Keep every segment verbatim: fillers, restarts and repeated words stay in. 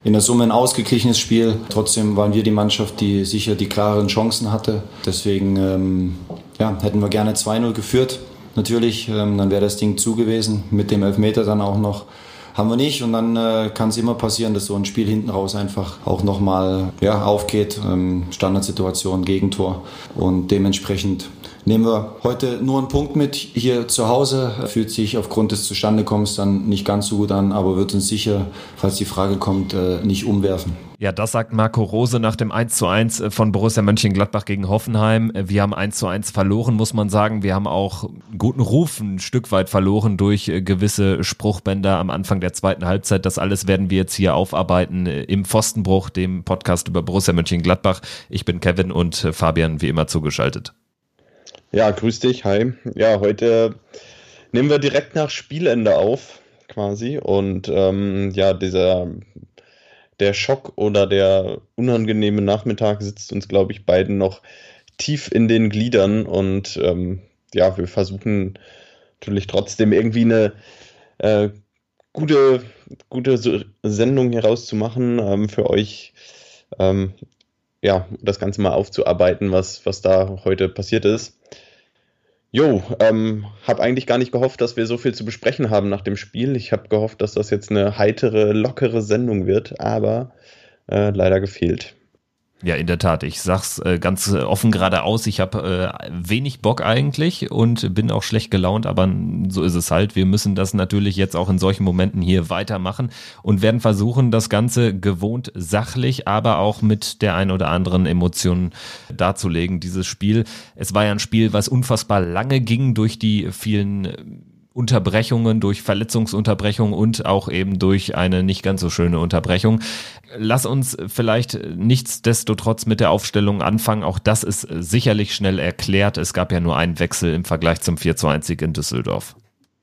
In der Summe ein ausgeglichenes Spiel. Trotzdem waren wir die Mannschaft, die sicher die klareren Chancen hatte. Deswegen ähm, ja, hätten wir gerne zwei null geführt. Natürlich, ähm, dann wäre das Ding zu gewesen. Mit dem Elfmeter dann auch noch. Haben wir nicht. Und dann äh, kann es immer passieren, dass so ein Spiel hinten raus einfach auch nochmal ja, aufgeht. Ähm, Standardsituation, Gegentor. Und dementsprechend nehmen wir heute nur einen Punkt mit hier zu Hause. Fühlt sich aufgrund des Zustandekommens dann nicht ganz so gut an, aber wird uns sicher, falls die Frage kommt, nicht umwerfen. Ja, das sagt Marco Rose nach dem eins zu eins von Borussia Mönchengladbach gegen Hoffenheim. Wir haben eins zu eins verloren, muss man sagen. Wir haben auch einen guten Ruf ein Stück weit verloren durch gewisse Spruchbänder am Anfang der zweiten Halbzeit. Das alles werden wir jetzt hier aufarbeiten im Pfostenbruch, dem Podcast über Borussia Mönchengladbach. Ich bin Kevin und Fabian wie immer zugeschaltet. Ja, grüß dich, hi. Ja, heute nehmen wir direkt nach Spielende auf, quasi. Und ähm, ja, dieser der Schock oder der unangenehme Nachmittag sitzt uns, glaube ich, beiden noch tief in den Gliedern. Und ähm, ja, wir versuchen natürlich trotzdem irgendwie eine äh, gute, gute Sendung hier rauszumachen, ähm, für euch. Ähm, ja, das Ganze mal aufzuarbeiten, was, was da heute passiert ist. Jo, ähm, habe eigentlich gar nicht gehofft, dass wir so viel zu besprechen haben nach dem Spiel. Ich habe gehofft, dass das jetzt eine heitere, lockere Sendung wird, aber äh, leider gefehlt. Ja, in der Tat. Ich sag's äh, ganz offen geradeaus. Ich habe äh, wenig Bock eigentlich und bin auch schlecht gelaunt, aber so ist es halt. Wir müssen das natürlich jetzt auch in solchen Momenten hier weitermachen und werden versuchen, das Ganze gewohnt sachlich, aber auch mit der ein oder anderen Emotion darzulegen, dieses Spiel. Es war ja ein Spiel, was unfassbar lange ging durch die vielen Unterbrechungen, durch Verletzungsunterbrechungen und auch eben durch eine nicht ganz so schöne Unterbrechung. Lass uns vielleicht nichtsdestotrotz mit der Aufstellung anfangen. Auch das ist sicherlich schnell erklärt. Es gab ja nur einen Wechsel im Vergleich zum vier zu eins Sieg in Düsseldorf.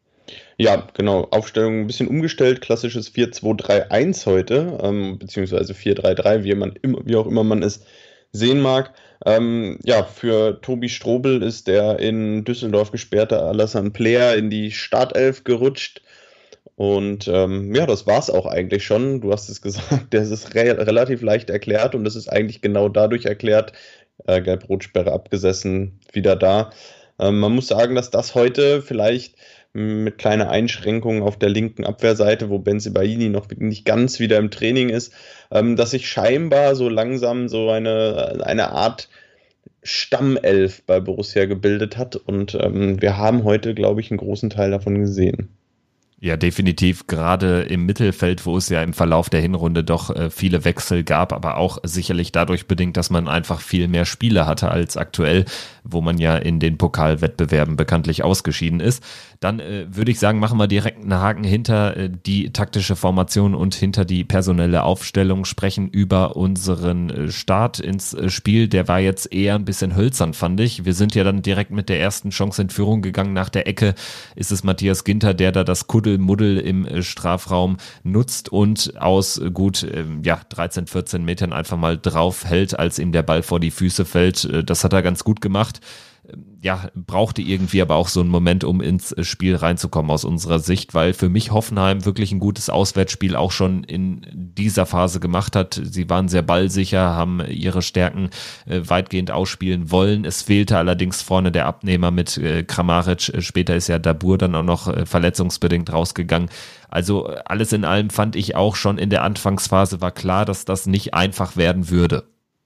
Ja, genau. Aufstellung ein bisschen umgestellt. Klassisches vier zwei drei eins heute, ähm, beziehungsweise vier drei drei, wie man immer, wie auch immer man es sehen mag. Ähm, ja, für Tobi Strobel ist der in Düsseldorf gesperrte Alassane Player in die Startelf gerutscht. Und ähm, ja, das war's auch eigentlich schon. Du hast es gesagt, das ist re- relativ leicht erklärt und das ist eigentlich genau dadurch erklärt. Äh, Gelb-Rot-Sperre abgesessen, wieder da. Ähm, man muss sagen, dass das heute vielleicht mit kleiner Einschränkungen auf der linken Abwehrseite, wo Bensebaini noch nicht ganz wieder im Training ist, ähm, dass sich scheinbar so langsam so eine, eine Art Stammelf bei Borussia gebildet hat und ähm, wir haben heute, glaube ich, einen großen Teil davon gesehen. Ja, definitiv, gerade im Mittelfeld, wo es ja im Verlauf der Hinrunde doch äh, viele Wechsel gab, aber auch sicherlich dadurch bedingt, dass man einfach viel mehr Spiele hatte als aktuell, wo man ja in den Pokalwettbewerben bekanntlich ausgeschieden ist. Dann äh, würde ich sagen, machen wir direkt einen Haken hinter äh, die taktische Formation und hinter die personelle Aufstellung, sprechen über unseren äh, Start ins äh, Spiel. Der war jetzt eher ein bisschen hölzern, fand ich. Wir sind ja dann direkt mit der ersten Chance in Führung gegangen. Nach der Ecke ist es Matthias Ginter, der da das Kuddelmuddel im äh, Strafraum nutzt und aus äh, gut äh, ja dreizehn, vierzehn Metern einfach mal drauf hält, als ihm der Ball vor die Füße fällt. Äh, das hat er ganz gut gemacht. Ja, brauchte irgendwie aber auch so einen Moment, um ins Spiel reinzukommen aus unserer Sicht, weil für mich Hoffenheim wirklich ein gutes Auswärtsspiel auch schon in dieser Phase gemacht hat. Sie waren sehr ballsicher, haben ihre Stärken äh, weitgehend ausspielen wollen. Es fehlte allerdings vorne der Abnehmer mit äh, Kramaric. Später ist ja Dabur dann auch noch äh, verletzungsbedingt rausgegangen. Also alles in allem fand ich auch schon in der Anfangsphase war klar, dass das nicht einfach werden würde.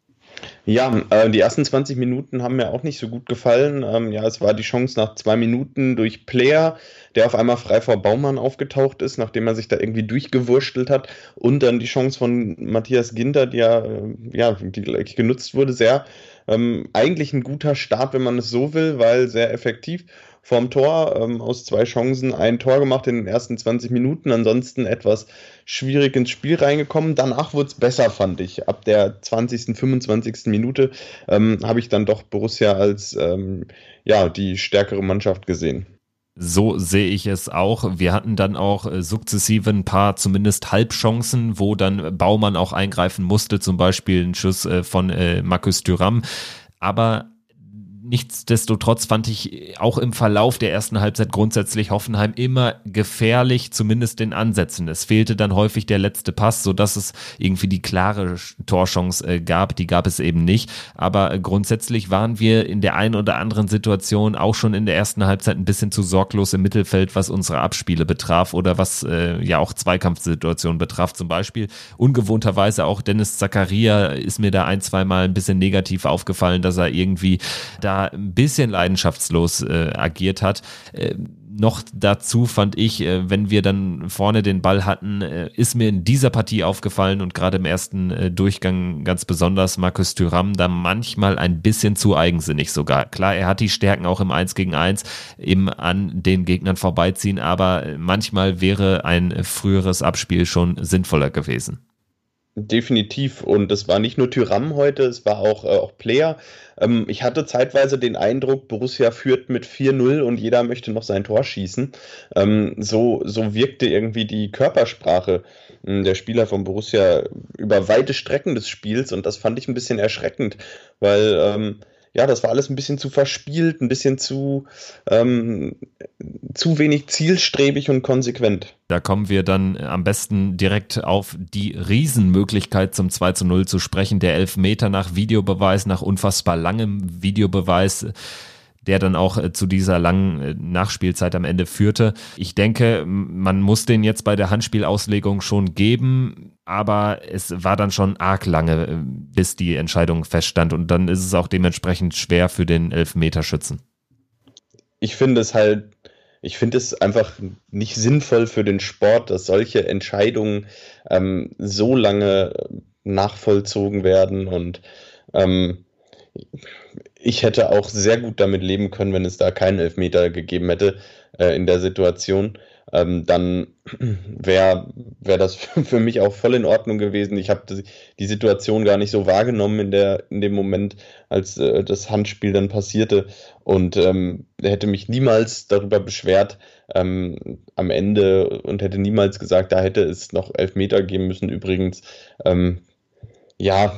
Ja, äh, die ersten zwanzig Minuten haben mir auch nicht so gut gefallen. Ähm, ja, es war die Chance nach zwei Minuten durch Player, der auf einmal frei vor Baumann aufgetaucht ist, nachdem er sich da irgendwie durchgewurstelt hat. Und dann die Chance von Matthias Ginter, die ja, äh, ja die gleich genutzt wurde, sehr ähm, eigentlich ein guter Start, wenn man es so will, weil sehr effektiv vorm Tor, ähm, aus zwei Chancen ein Tor gemacht in den ersten zwanzig Minuten, ansonsten etwas schwierig ins Spiel reingekommen. Danach wurde es besser, fand ich. Ab der zwanzigsten, fünfundzwanzigsten Minute ähm, habe ich dann doch Borussia als ähm, ja die stärkere Mannschaft gesehen. So sehe ich es auch. Wir hatten dann auch äh, sukzessive ein paar zumindest Halbchancen, wo dann Baumann auch eingreifen musste, zum Beispiel ein Schuss äh, von äh, Marcus Thuram. Aber nichtsdestotrotz fand ich auch im Verlauf der ersten Halbzeit grundsätzlich Hoffenheim immer gefährlich, zumindest in Ansätzen. Es fehlte dann häufig der letzte Pass, sodass es irgendwie die klare Torchance äh, gab. Die gab es eben nicht. Aber äh, grundsätzlich waren wir in der einen oder anderen Situation auch schon in der ersten Halbzeit ein bisschen zu sorglos im Mittelfeld, was unsere Abspiele betraf oder was äh, ja auch Zweikampfsituationen betraf. Zum Beispiel ungewohnterweise auch Dennis Zakaria ist mir da ein, zwei Mal ein bisschen negativ aufgefallen, dass er irgendwie da ein bisschen leidenschaftslos äh, agiert hat. Äh, noch dazu fand ich, äh, wenn wir dann vorne den Ball hatten, äh, ist mir in dieser Partie aufgefallen und gerade im ersten äh, Durchgang ganz besonders Markus Thuram da manchmal ein bisschen zu eigensinnig sogar. Klar, er hat die Stärken auch im eins gegen eins, im an den Gegnern vorbeiziehen, aber manchmal wäre ein früheres Abspiel schon sinnvoller gewesen. Definitiv. Und es war nicht nur Thuram heute, es war auch, äh, auch Player. Ähm, ich hatte zeitweise den Eindruck, Borussia führt mit vier null und jeder möchte noch sein Tor schießen. Ähm, so, so wirkte irgendwie die Körpersprache mh, der Spieler von Borussia über weite Strecken des Spiels und das fand ich ein bisschen erschreckend, weil ähm, ja, das war alles ein bisschen zu verspielt, ein bisschen zu, ähm, zu wenig zielstrebig und konsequent. Da kommen wir dann am besten direkt auf die Riesenmöglichkeit zum zwei zu null zu sprechen. Der Elfmeter nach Videobeweis, nach unfassbar langem Videobeweis, der dann auch zu dieser langen Nachspielzeit am Ende führte. Ich denke, man muss den jetzt bei der Handspielauslegung schon geben, aber es war dann schon arg lange, bis die Entscheidung feststand und dann ist es auch dementsprechend schwer für den Elfmeterschützen. Ich finde es halt, ich finde es einfach nicht sinnvoll für den Sport, dass solche Entscheidungen ähm, so lange nachvollzogen werden und ähm, ich hätte auch sehr gut damit leben können, wenn es da keinen Elfmeter gegeben hätte äh, in der Situation. Ähm, dann wäre wär das für mich auch voll in Ordnung gewesen. Ich habe die Situation gar nicht so wahrgenommen in, der, in dem Moment, als äh, das Handspiel dann passierte und ähm, hätte mich niemals darüber beschwert ähm, am Ende und hätte niemals gesagt, da hätte es noch Elfmeter geben müssen. Übrigens, ähm, ja,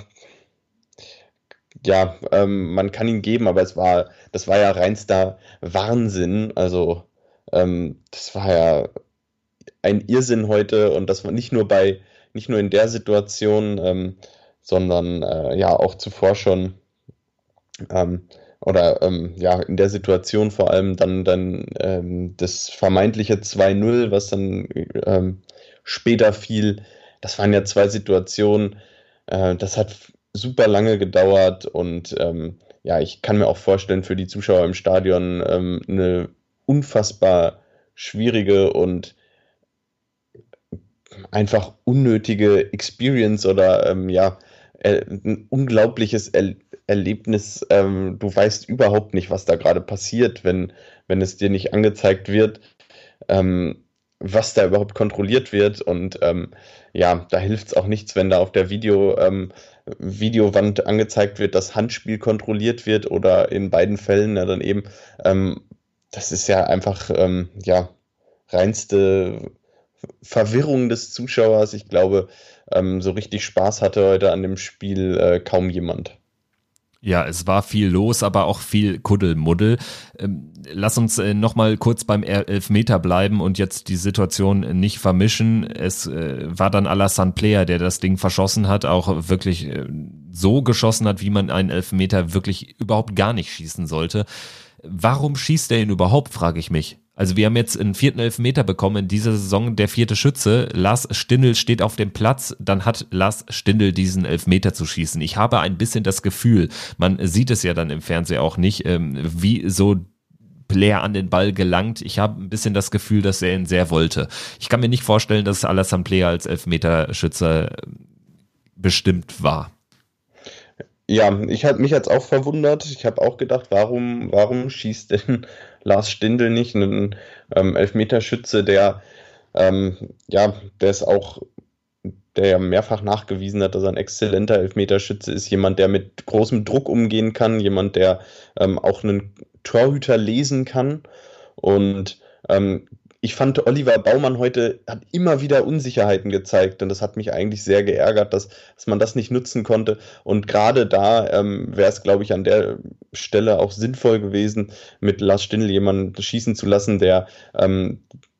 Ja, ähm, man kann ihn geben, aber es war, das war ja reinster Wahnsinn. Also, ähm, das war ja ein Irrsinn heute und das war nicht nur bei, nicht nur in der Situation, ähm, sondern äh, ja auch zuvor schon ähm, oder ähm, ja in der Situation vor allem dann dann ähm, das vermeintliche zwei null, was dann ähm, später fiel. Das waren ja zwei Situationen. Äh, das hat super lange gedauert und ähm, ja, ich kann mir auch vorstellen, für die Zuschauer im Stadion ähm, eine unfassbar schwierige und einfach unnötige Experience oder ähm, ja, äh, ein unglaubliches er Erlebnis. Ähm, du weißt überhaupt nicht, was da gerade passiert, wenn, wenn es dir nicht angezeigt wird, ähm, was da überhaupt kontrolliert wird und ähm, ja, da hilft es auch nichts, wenn da auf der Video ähm, Videowand angezeigt wird, dass Handspiel kontrolliert wird oder in beiden Fällen ja, dann eben, ähm, das ist ja einfach ähm, ja, reinste Verwirrung des Zuschauers. Ich glaube, ähm, so richtig Spaß hatte heute an dem Spiel äh, kaum jemand. Ja, es war viel los, aber auch viel Kuddelmuddel. Ähm, lass uns äh, nochmal kurz beim Elfmeter bleiben und jetzt die Situation nicht vermischen. Es äh, war dann Alassane Player, der das Ding verschossen hat, auch wirklich äh, so geschossen hat, wie man einen Elfmeter wirklich überhaupt gar nicht schießen sollte. Warum schießt er ihn überhaupt, frage ich mich. Also wir haben jetzt einen vierten Elfmeter bekommen in dieser Saison, der vierte Schütze. Lars Stindl steht auf dem Platz, dann hat Lars Stindl diesen Elfmeter zu schießen. Ich habe ein bisschen das Gefühl, man sieht es ja dann im Fernsehen auch nicht, wie so Player an den Ball gelangt. Ich habe ein bisschen das Gefühl, dass er ihn sehr wollte. Ich kann mir nicht vorstellen, dass Alassane Player als Elfmeterschütze bestimmt war. Ja, ich hat mich jetzt auch verwundert. Ich habe auch gedacht, warum, warum schießt denn Lars Stindl nicht einen ähm, Elfmeterschütze, der ähm, ja, der ist auch, der ja mehrfach nachgewiesen hat, dass er ein exzellenter Elfmeterschütze ist, jemand, der mit großem Druck umgehen kann, jemand, der ähm, auch einen Torhüter lesen kann und ähm, ich fand, Oliver Baumann heute hat immer wieder Unsicherheiten gezeigt und das hat mich eigentlich sehr geärgert, dass, dass man das nicht nutzen konnte. Und gerade da ähm, wäre es, glaube ich, an der Stelle auch sinnvoll gewesen, mit Lars Stindl jemanden schießen zu lassen, der, ähm,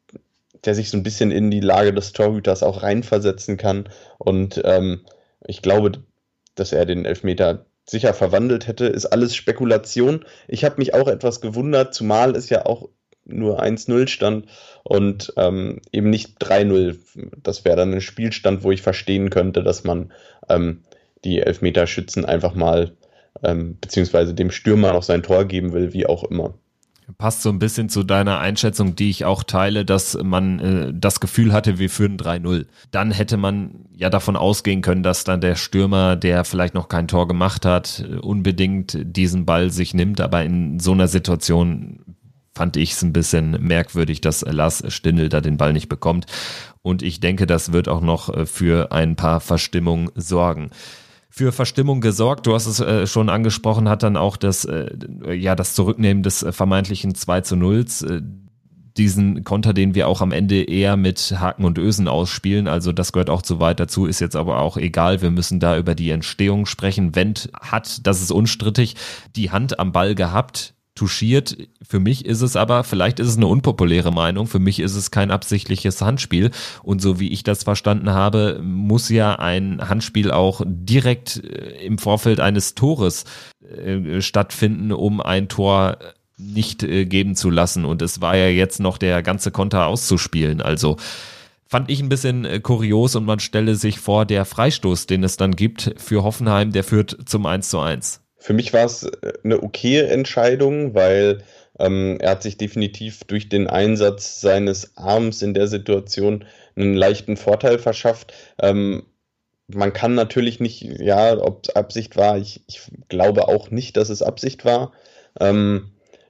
der sich so ein bisschen in die Lage des Torhüters auch reinversetzen kann. Und ähm, ich glaube, dass er den Elfmeter sicher verwandelt hätte, ist alles Spekulation. Ich habe mich auch etwas gewundert, zumal es ja auch nur eins null stand und ähm, eben nicht drei null. Das wäre dann ein Spielstand, wo ich verstehen könnte, dass man ähm, die Elfmeterschützen einfach mal ähm, beziehungsweise dem Stürmer noch sein Tor geben will, wie auch immer. Passt so ein bisschen zu deiner Einschätzung, die ich auch teile, dass man äh, das Gefühl hatte, wir führen drei null. Dann hätte man ja davon ausgehen können, dass dann der Stürmer, der vielleicht noch kein Tor gemacht hat, unbedingt diesen Ball sich nimmt, aber in so einer Situation fand ich es ein bisschen merkwürdig, dass Lars Stindl da den Ball nicht bekommt. Und ich denke, das wird auch noch für ein paar Verstimmung sorgen. Für Verstimmung gesorgt, du hast es äh, schon angesprochen, hat dann auch das, äh, ja, das Zurücknehmen des äh, vermeintlichen zwei zu null, äh, diesen Konter, den wir auch am Ende eher mit Haken und Ösen ausspielen, also das gehört auch zu weit dazu, ist jetzt aber auch egal, wir müssen da über die Entstehung sprechen. Wendt hat, das ist unstrittig, die Hand am Ball gehabt, touchiert. Für mich ist es aber, vielleicht ist es eine unpopuläre Meinung, für mich ist es kein absichtliches Handspiel. Und so wie ich das verstanden habe, muss ja ein Handspiel auch direkt im Vorfeld eines Tores äh, stattfinden, um ein Tor nicht äh, geben zu lassen. Und es war ja jetzt noch der ganze Konter auszuspielen. Also fand ich ein bisschen äh, kurios und man stelle sich vor, der Freistoß, den es dann gibt für Hoffenheim, der führt zum eins zu eins. Für mich war es eine okaye Entscheidung, weil ähm, er hat sich definitiv durch den Einsatz seines Arms in der Situation einen leichten Vorteil verschafft. Ähm, man kann natürlich nicht, ja, ob es Absicht war, ich, ich glaube auch nicht, dass es Absicht war. Ähm,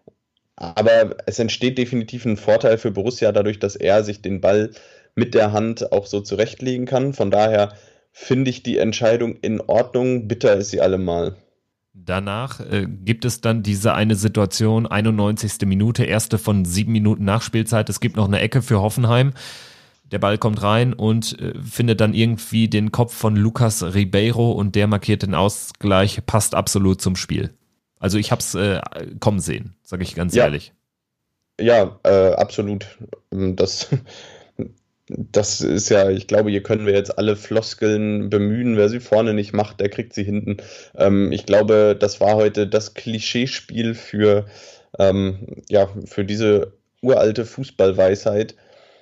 aber es entsteht definitiv ein Vorteil für Borussia dadurch, dass er sich den Ball mit der Hand auch so zurechtlegen kann. Von daher finde ich die Entscheidung in Ordnung. Bitter ist sie allemal. Danach äh, gibt es dann diese eine Situation, einundneunzigste Minute, erste von sieben Minuten Nachspielzeit. Es gibt noch eine Ecke für Hoffenheim. Der Ball kommt rein und äh, findet dann irgendwie den Kopf von Lucas Ribeiro und der markiert den Ausgleich, passt absolut zum Spiel. Also ich habe es äh, kommen sehen, sage ich ganz ja. ehrlich. Ja, äh, absolut. Das... Das ist ja, ich glaube, hier können wir jetzt alle Floskeln bemühen. Wer sie vorne nicht macht, der kriegt sie hinten. Ähm, ich glaube, das war heute das Klischeespiel für, ähm, ja, für diese uralte Fußballweisheit.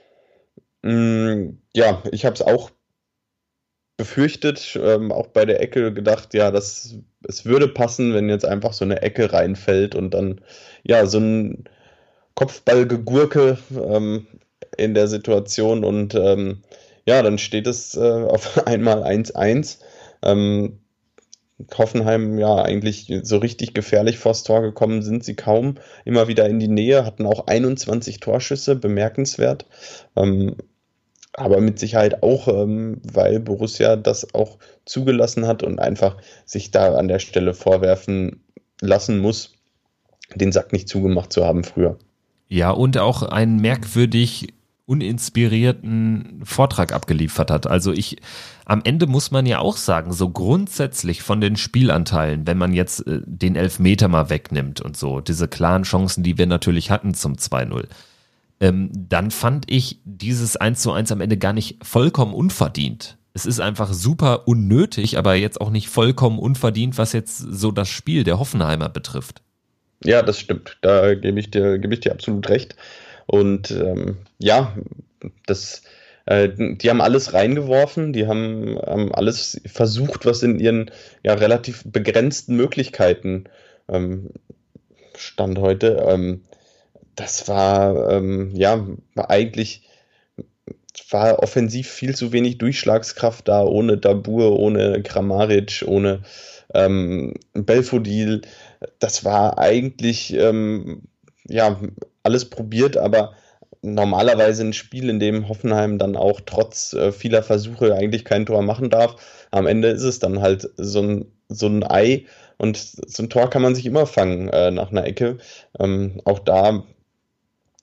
Ähm, ja, ich habe es auch befürchtet, ähm, auch bei der Ecke gedacht, ja, das, es würde passen, wenn jetzt einfach so eine Ecke reinfällt und dann, ja, so ein Kopfballgegurke, ähm, in der Situation und ähm, ja, dann steht es äh, auf einmal eins eins. Ähm, Hoffenheim ja eigentlich so richtig gefährlich vors Tor gekommen sind sie kaum, immer wieder in die Nähe, hatten auch einundzwanzig Torschüsse, bemerkenswert. Ähm, aber mit Sicherheit auch, ähm, weil Borussia das auch zugelassen hat und einfach sich da an der Stelle vorwerfen lassen muss, den Sack nicht zugemacht zu haben früher. Ja, und auch einen merkwürdig uninspirierten Vortrag abgeliefert hat. Also ich, am Ende muss man ja auch sagen, so grundsätzlich von den Spielanteilen, wenn man jetzt äh, den Elfmeter mal wegnimmt und so, diese klaren Chancen, die wir natürlich hatten zum zwei null, ähm, dann fand ich dieses eins zu eins am Ende gar nicht vollkommen unverdient. Es ist einfach super unnötig, aber jetzt auch nicht vollkommen unverdient, was jetzt so das Spiel der Hoffenheimer betrifft. Ja, das stimmt. Da gebe ich dir, gebe ich dir absolut recht. Und ähm, ja, das, äh, die haben alles reingeworfen, die haben, haben alles versucht, was in ihren ja relativ begrenzten Möglichkeiten ähm, stand heute. Ähm, das war ähm, ja war eigentlich war offensiv viel zu wenig Durchschlagskraft da, ohne Dabur, ohne Kramaric, ohne ähm, Belfodil. Das war eigentlich ähm, ja alles probiert, aber normalerweise ein Spiel, in dem Hoffenheim dann auch trotz äh, vieler Versuche eigentlich kein Tor machen darf. Am Ende ist es dann halt so ein, so ein Ei und so ein Tor kann man sich immer fangen äh, nach einer Ecke. Ähm, auch da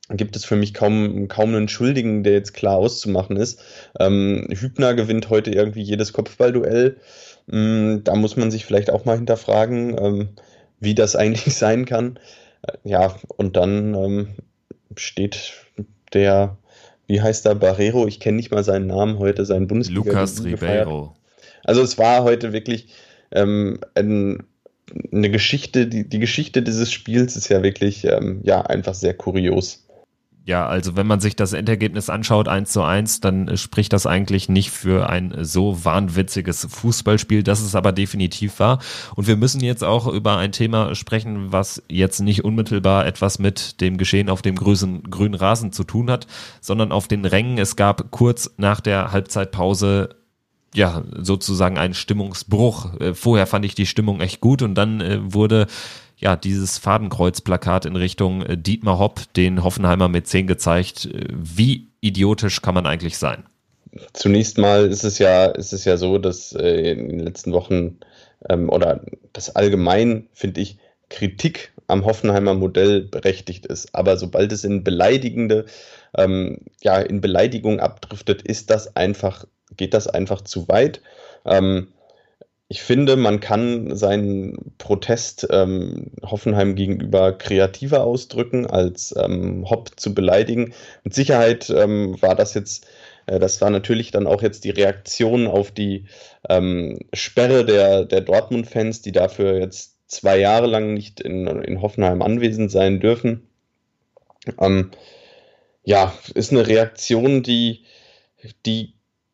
gibt es für mich kaum, kaum einen Schuldigen, der jetzt klar auszumachen ist. Ähm, Hübner gewinnt heute irgendwie jedes Kopfballduell. Ähm, da muss man sich vielleicht auch mal hinterfragen, ähm, wie das eigentlich sein kann. Äh, ja, und dann ähm, steht der, wie heißt der, Barreiro, ich kenne nicht mal seinen Namen heute, sein Bundesliga. Lucas Ribeiro. Also es war heute wirklich ähm, ein, eine Geschichte, die, die Geschichte dieses Spiels ist ja wirklich ähm, ja einfach sehr kurios. Ja, also wenn man sich das Endergebnis anschaut, eins zu eins, dann spricht das eigentlich nicht für ein so wahnwitziges Fußballspiel, das es aber definitiv war. Und wir müssen jetzt auch über ein Thema sprechen, was jetzt nicht unmittelbar etwas mit dem Geschehen auf dem grünen, grünen Rasen zu tun hat, sondern auf den Rängen. Es gab kurz nach der Halbzeitpause ja sozusagen einen Stimmungsbruch. Vorher fand ich die Stimmung echt gut und dann äh, wurde ja dieses Fadenkreuzplakat in Richtung äh, Dietmar Hopp, den Hoffenheimer mit zehn gezeigt. Wie idiotisch kann man eigentlich sein? Zunächst mal ist es ja, ist es ja so, dass äh, in den letzten Wochen ähm, oder das allgemein, finde ich, Kritik am Hoffenheimer Modell berechtigt ist. Aber sobald es in beleidigende, ähm, ja, in Beleidigung abdriftet, ist das einfach, geht das einfach zu weit. Ähm, ich finde, man kann seinen Protest ähm, Hoffenheim gegenüber kreativer ausdrücken, als ähm, Hopp zu beleidigen. Mit Sicherheit ähm, war das jetzt, äh, das war natürlich dann auch jetzt die Reaktion auf die ähm, Sperre der, der Dortmund-Fans, die dafür jetzt zwei Jahre lang nicht in, in Hoffenheim anwesend sein dürfen. Ähm, ja, ist eine Reaktion, die, die,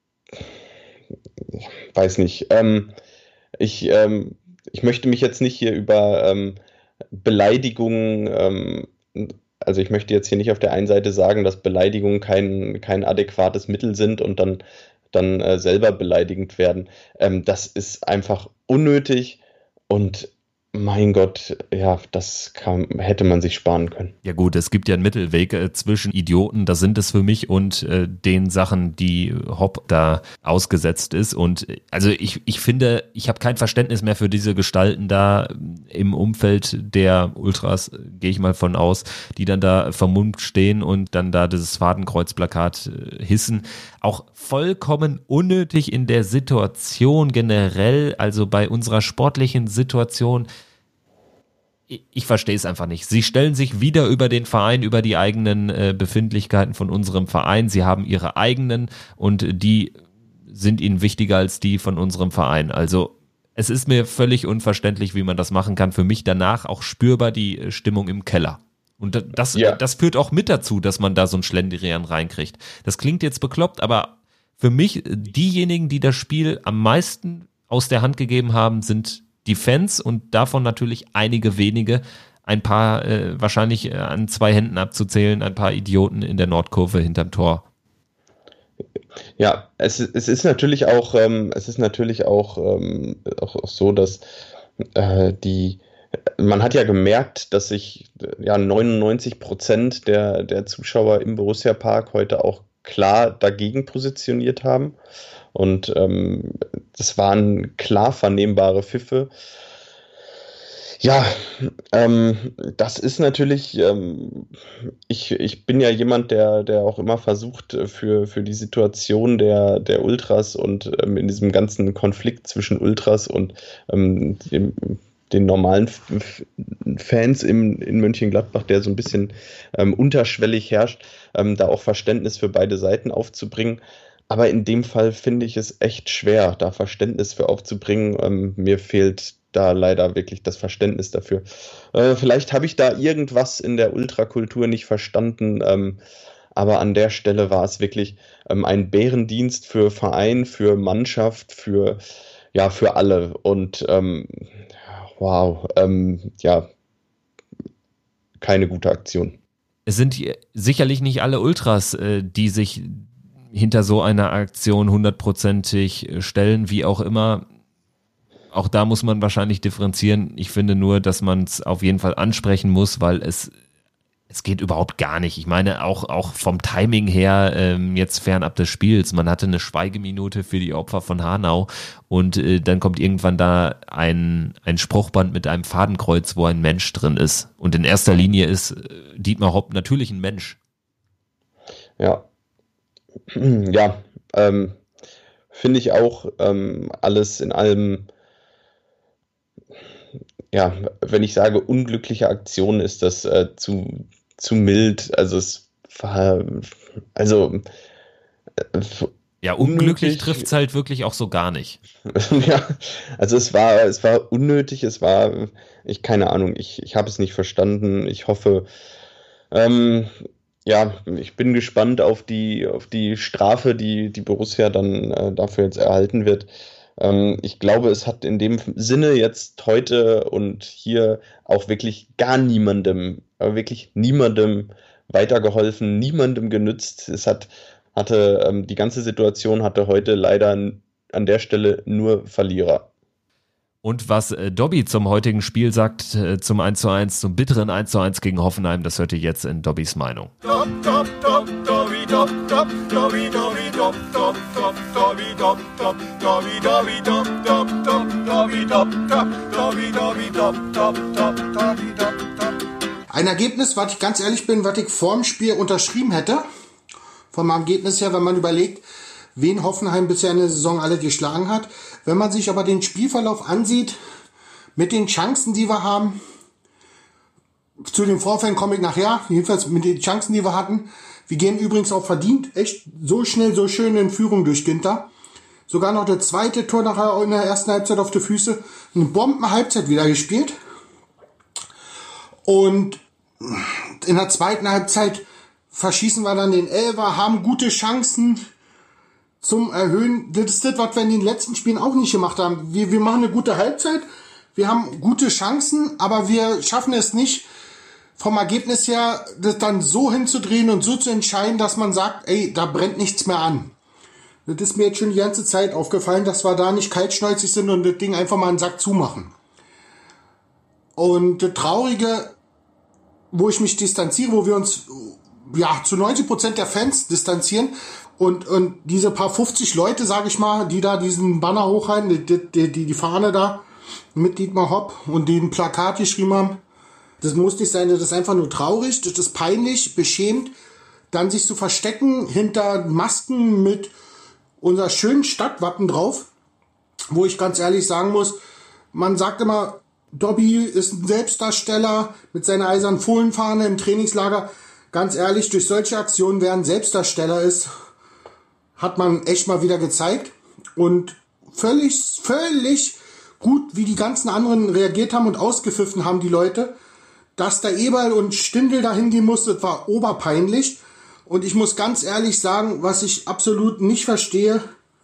weiß nicht, ähm, ich, ähm, ich möchte mich jetzt nicht hier über ähm, Beleidigungen, ähm, also ich möchte jetzt hier nicht auf der einen Seite sagen, dass Beleidigungen kein, kein adäquates Mittel sind und dann, dann äh, selber beleidigend werden. Ähm, das ist einfach unnötig und mein Gott, ja, das kann, hätte man sich sparen können. Ja gut, es gibt ja einen Mittelweg äh, zwischen Idioten, das sind es für mich, und äh, den Sachen, die Hopp da ausgesetzt ist. Und äh, also ich, ich finde, ich habe kein Verständnis mehr für diese Gestalten da im Umfeld der Ultras, äh, gehe ich mal von aus, die dann da vermummt stehen und dann da dieses Fadenkreuzplakat äh, hissen. Auch vollkommen unnötig in der Situation generell, also bei unserer sportlichen Situation. Ich verstehe es einfach nicht. Sie stellen sich wieder über den Verein, über die eigenen äh, Befindlichkeiten von unserem Verein. Sie haben ihre eigenen und die sind ihnen wichtiger als die von unserem Verein. Also es ist mir völlig unverständlich, wie man das machen kann. Für mich danach auch spürbar die äh, Stimmung im Keller. Und das, ja. das führt auch mit dazu, dass man da so ein Schlendrian reinkriegt. Das klingt jetzt bekloppt, aber für mich, diejenigen, die das Spiel am meisten aus der Hand gegeben haben, sind die Fans und davon natürlich einige wenige, ein paar äh, wahrscheinlich äh, an zwei Händen abzuzählen, ein paar Idioten in der Nordkurve hinterm Tor. Ja, es, es ist natürlich auch, ähm, es ist natürlich auch, ähm, auch, auch so, dass äh, die, man hat ja gemerkt, dass sich ja neunundneunzig Prozent der, der Zuschauer im Borussia Park heute auch klar dagegen positioniert haben. Und ähm, das waren klar vernehmbare Pfiffe. Ja, ähm, das ist natürlich, ähm, ich, ich bin ja jemand, der, der auch immer versucht, für, für die Situation der, der Ultras und ähm, in diesem ganzen Konflikt zwischen Ultras und ähm, dem, den normalen F- Fans im, in Mönchengladbach, der so ein bisschen ähm, unterschwellig herrscht, ähm, da auch Verständnis für beide Seiten aufzubringen. Aber in dem Fall finde ich es echt schwer, da Verständnis für aufzubringen. Ähm, mir fehlt da leider wirklich das Verständnis dafür. Äh, vielleicht habe ich da irgendwas in der Ultrakultur nicht verstanden, ähm, aber an der Stelle war es wirklich ähm, ein Bärendienst für Verein, für Mannschaft, für, ja, für alle. Und ähm, wow, ähm, ja, keine gute Aktion. Es sind sicherlich nicht alle Ultras, äh, die sich hinter so einer Aktion hundertprozentig stellen, wie auch immer. Auch da muss man wahrscheinlich differenzieren. Ich finde nur, dass man es auf jeden Fall ansprechen muss, weil es es geht überhaupt gar nicht. Ich meine, auch auch vom Timing her, ähm, jetzt fernab des Spiels, man hatte eine Schweigeminute für die Opfer von Hanau und äh, dann kommt irgendwann da ein ein Spruchband mit einem Fadenkreuz, wo ein Mensch drin ist. Und in erster Linie ist äh, Dietmar Hopp natürlich ein Mensch. Ja, ja, ähm, finde ich auch ähm, alles in allem, ja, wenn ich sage unglückliche Aktion, ist das äh, zu, zu mild. Also es war, also äh, Ja, unglücklich unnötig. trifft's halt wirklich auch so gar nicht. Ja, also es war, es war unnötig, es war, ich, keine Ahnung, ich, ich habe es nicht verstanden. Ich hoffe, ähm, ja, ich bin gespannt auf die, auf die Strafe, die die Borussia dann äh, dafür jetzt erhalten wird. Ähm, ich glaube, es hat in dem Sinne jetzt heute und hier auch wirklich gar niemandem, aber wirklich niemandem weitergeholfen, niemandem genützt. Es hat, hatte, ähm, die ganze Situation hatte heute leider n- an der Stelle nur Verlierer. Und was äh, Dobby zum heutigen Spiel sagt, äh, zum eins zu eins, zum bitteren eins zu eins gegen Hoffenheim, das hört ihr jetzt in Dobbys Meinung. Dop, dop, dop, Dobby, dop, dop, Dobby, Dobby, dop, dop, dop, Dobby, dop, dop, Dobby, Dobby, dop, dop, dop, Dobby, dop, dop, Dobby, Dobby, dop, dop, dop, Dobby, dop, dop. Ein Ergebnis, was ich ganz ehrlich bin, was ich vorm Spiel unterschrieben hätte. Von meinem Ergebnis her, wenn man überlegt, wen Hoffenheim bisher in der Saison alle geschlagen hat. Wenn man sich aber den Spielverlauf ansieht, mit den Chancen, die wir haben, zu den Vorfällen komme ich nachher, jedenfalls mit den Chancen, die wir hatten. Wir gehen übrigens auch verdient, echt so schnell, so schön in Führung durch Ginter. Sogar noch das zweite Tor nachher in der ersten Halbzeit auf die Füße. Eine Bomben-Halbzeit wieder gespielt. Und in der zweiten Halbzeit verschießen wir dann den Elfer, haben gute Chancen zum Erhöhen. Das ist das, was wir in den letzten Spielen auch nicht gemacht haben. Wir, wir machen eine gute Halbzeit, wir haben gute Chancen, aber wir schaffen es nicht, vom Ergebnis her das dann so hinzudrehen und so zu entscheiden, dass man sagt, ey, da brennt nichts mehr an. Das ist mir jetzt schon die ganze Zeit aufgefallen, dass wir da nicht kaltschnäuzig sind und das Ding einfach mal einen Sack zumachen. Und das Traurige, wo ich mich distanziere, wo wir uns ja zu neunzig Prozent der Fans distanzieren und und diese paar fünfzig Leute, sage ich mal, die da diesen Banner hochhalten, die, die, die, die Fahne da mit Dietmar Hopp und den Plakat geschrieben haben, das muss nicht sein, das ist einfach nur traurig, das ist peinlich, beschämt, dann sich zu verstecken hinter Masken mit unser schönen Stadtwappen drauf, wo ich ganz ehrlich sagen muss, man sagt immer, Dobby ist ein Selbstdarsteller mit seiner eisernen Fohlenfahne im Trainingslager. Ganz ehrlich, durch solche Aktionen, wer ein Selbstdarsteller ist, hat man echt mal wieder gezeigt. Und völlig, völlig gut, wie die ganzen anderen reagiert haben und ausgepfiffen haben, die Leute, dass der Eberl und Stindl da hingehen musste, das war oberpeinlich. Und ich muss ganz ehrlich sagen, was ich absolut nicht verstehe,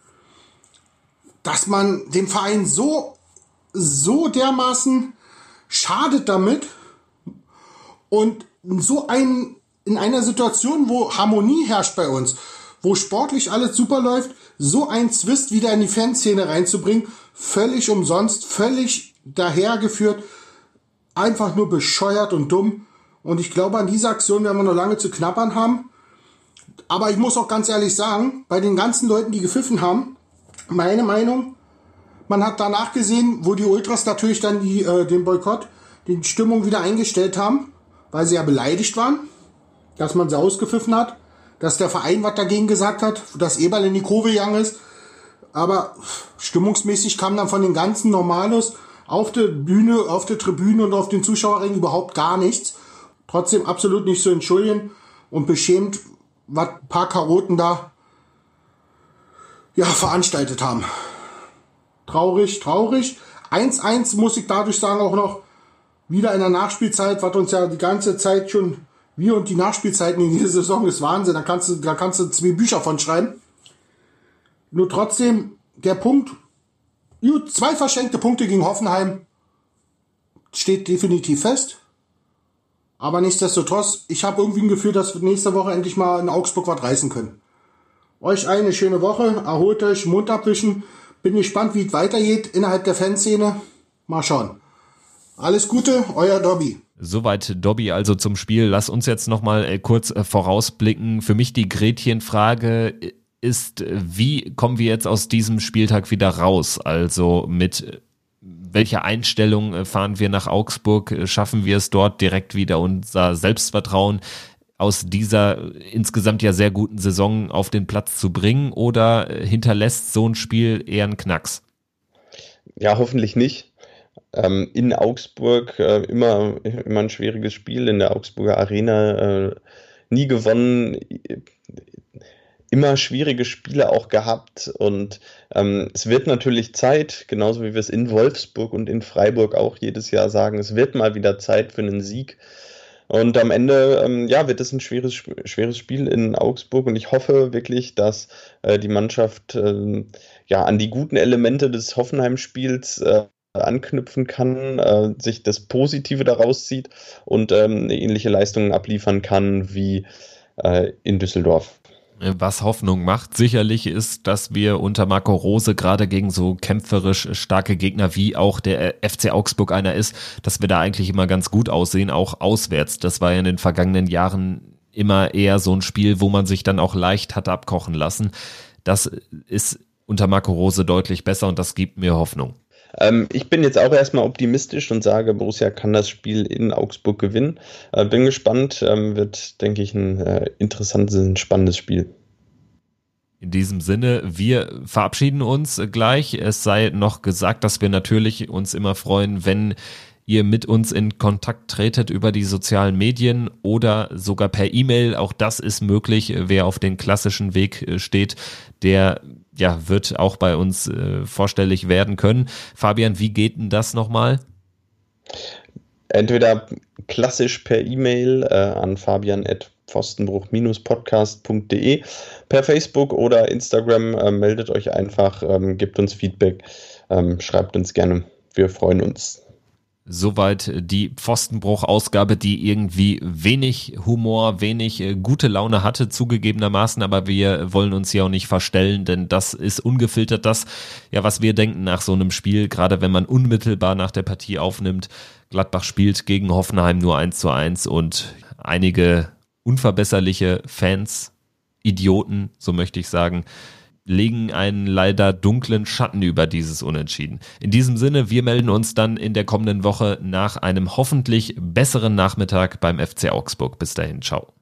dass man dem Verein so so dermaßen schadet damit und so ein, in einer Situation, wo Harmonie herrscht bei uns, wo sportlich alles super läuft, so ein Zwist wieder in die Fanszene reinzubringen, völlig umsonst, völlig dahergeführt, einfach nur bescheuert und dumm. Und ich glaube, an dieser Aktion werden wir noch lange zu knabbern haben. Aber ich muss auch ganz ehrlich sagen, bei den ganzen Leuten, die gepfiffen haben, meine Meinung, man hat danach gesehen, wo die Ultras natürlich dann die, äh, den Boykott, die Stimmung wieder eingestellt haben, weil sie ja beleidigt waren, dass man sie ausgepfiffen hat, dass der Verein was dagegen gesagt hat, dass Eberl in die Kurve gegangen ist. Aber stimmungsmäßig kam dann von den ganzen Normalos auf der Bühne, auf der Tribüne und auf den Zuschauerringen überhaupt gar nichts. Trotzdem absolut nicht zu entschuldigen und beschämt, was ein paar Chaoten da ja, veranstaltet haben. Traurig, traurig. eins eins muss ich dadurch sagen auch noch wieder in der Nachspielzeit, was uns ja die ganze Zeit schon, wir und die Nachspielzeiten in dieser Saison ist Wahnsinn. Da kannst du, da kannst du zwei Bücher von schreiben. Nur trotzdem, der Punkt, zwei verschenkte Punkte gegen Hoffenheim steht definitiv fest. Aber nichtsdestotrotz, ich habe irgendwie ein Gefühl, dass wir nächste Woche endlich mal in Augsburg was reißen können. Euch eine schöne Woche, erholt euch, Mund abwischen. Bin gespannt, wie es weitergeht innerhalb der Fanszene. Mal schauen. Alles Gute, euer Dobby. Soweit Dobby also zum Spiel. Lass uns jetzt nochmal äh, kurz äh, vorausblicken. Für mich die Gretchenfrage ist, wie kommen wir jetzt aus diesem Spieltag wieder raus? Also mit welcher Einstellung äh, fahren wir nach Augsburg? Schaffen wir es dort direkt wieder unser Selbstvertrauen aus dieser insgesamt ja sehr guten Saison auf den Platz zu bringen, oder hinterlässt so ein Spiel eher einen Knacks? Ja, hoffentlich nicht. Ähm, in Augsburg äh, immer, immer ein schwieriges Spiel, in der Augsburger Arena äh, nie gewonnen, immer schwierige Spiele auch gehabt, und ähm, es wird natürlich Zeit, genauso wie wir es in Wolfsburg und in Freiburg auch jedes Jahr sagen, es wird mal wieder Zeit für einen Sieg. Und am Ende, ähm, ja, wird es ein schweres, schweres Spiel in Augsburg, und ich hoffe wirklich, dass äh, die Mannschaft äh, ja an die guten Elemente des Hoffenheim-Spiels äh, anknüpfen kann, äh, sich das Positive daraus zieht und ähm, eine ähnliche Leistung abliefern kann wie äh, in Düsseldorf. Was Hoffnung macht sicherlich ist, dass wir unter Marco Rose gerade gegen so kämpferisch starke Gegner wie auch der F C Augsburg einer ist, dass wir da eigentlich immer ganz gut aussehen, auch auswärts. Das war ja in den vergangenen Jahren immer eher so ein Spiel, wo man sich dann auch leicht hat abkochen lassen. Das ist unter Marco Rose deutlich besser, und das gibt mir Hoffnung. Ähm, ich bin jetzt auch erstmal optimistisch und sage, Borussia kann das Spiel in Augsburg gewinnen. Äh, bin gespannt, ähm, wird, denke ich, ein äh, interessantes, ein spannendes Spiel. In diesem Sinne, wir verabschieden uns gleich. Es sei noch gesagt, dass wir natürlich uns immer freuen, wenn ihr mit uns in Kontakt tretet über die sozialen Medien oder sogar per E-Mail. Auch das ist möglich. Wer auf den klassischen Weg steht, der ja wird auch bei uns äh, vorstellig werden können. Fabian, wie geht denn das nochmal? Entweder klassisch per E-Mail äh, an fabian at pfostenbruch podcast punkt de, per Facebook oder Instagram, äh, meldet euch einfach, ähm, gebt uns Feedback, ähm, schreibt uns gerne, wir freuen uns. Soweit die Pfostenbruch-Ausgabe, die irgendwie wenig Humor, wenig äh, gute Laune hatte, zugegebenermaßen, aber wir wollen uns hier auch nicht verstellen, denn das ist ungefiltert das, ja, was wir denken nach so einem Spiel, gerade wenn man unmittelbar nach der Partie aufnimmt. Gladbach spielt gegen Hoffenheim nur eins zu eins und einige unverbesserliche Fans, Idioten, so möchte ich sagen, legen einen leider dunklen Schatten über dieses Unentschieden. In diesem Sinne, wir melden uns dann in der kommenden Woche nach einem hoffentlich besseren Nachmittag beim F C Augsburg. Bis dahin, ciao.